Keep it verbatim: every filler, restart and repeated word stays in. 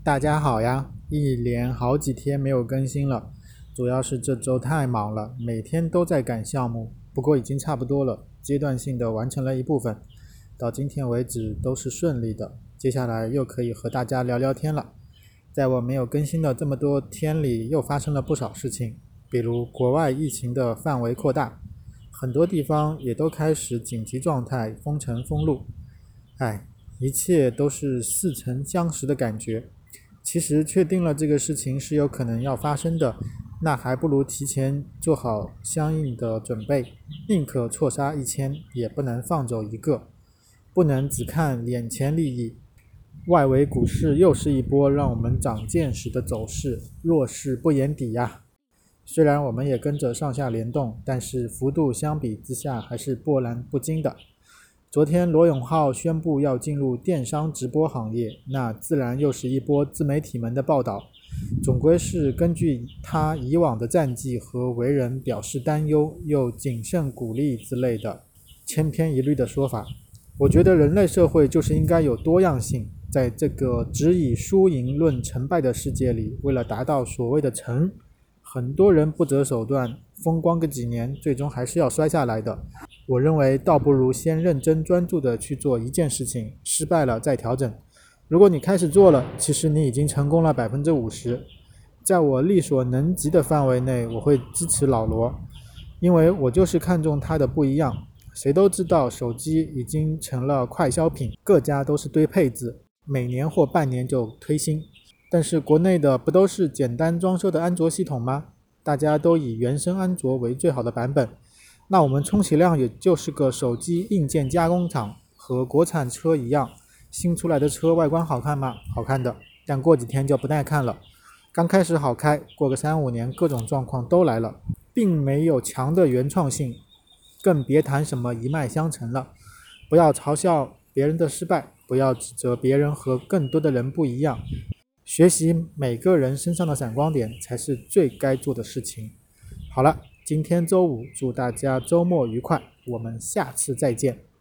大家好呀，一连好几天没有更新了，主要是这周太忙了，每天都在赶项目，不过已经差不多了，阶段性的完成了一部分，到今天为止都是顺利的，接下来又可以和大家聊聊天了。在我没有更新的这么多天里，又发生了不少事情，比如国外疫情的范围扩大，很多地方也都开始紧急状态，封城封路。哎，一切都是似曾相识的感觉。其实确定了这个事情是有可能要发生的，那还不如提前做好相应的准备，宁可错杀一千，也不能放走一个，不能只看眼前利益。外围股市又是一波让我们长见识的走势，弱势不言底呀。虽然我们也跟着上下联动，但是幅度相比之下还是波澜不惊的。昨天罗永浩宣布要进入电商直播行业，那自然又是一波自媒体们的报道，总归是根据他以往的战绩和为人表示担忧，又谨慎鼓励之类的千篇一律的说法。我觉得人类社会就是应该有多样性，在这个只以输赢论成败的世界里，为了达到所谓的成，很多人不择手段，风光个几年，最终还是要摔下来的。我认为倒不如先认真专注的去做一件事情，失败了再调整。如果你开始做了，其实你已经成功了 百分之五十。 在我力所能及的范围内，我会支持老罗，因为我就是看中他的不一样。谁都知道手机已经成了快消品，各家都是堆配置，每年或半年就推新。但是国内的不都是简单装修的安卓系统吗？大家都以原生安卓为最好的版本，那我们充其量也就是个手机硬件加工厂，和国产车一样，新出来的车外观好看吗？好看的，但过几天就不耐看了。刚开始好开，过个三五年各种状况都来了，并没有强的原创性，更别谈什么一脉相承了。不要嘲笑别人的失败，不要指责别人和更多的人不一样，学习每个人身上的闪光点才是最该做的事情。好了，今天周五，祝大家周末愉快，我们下次再见。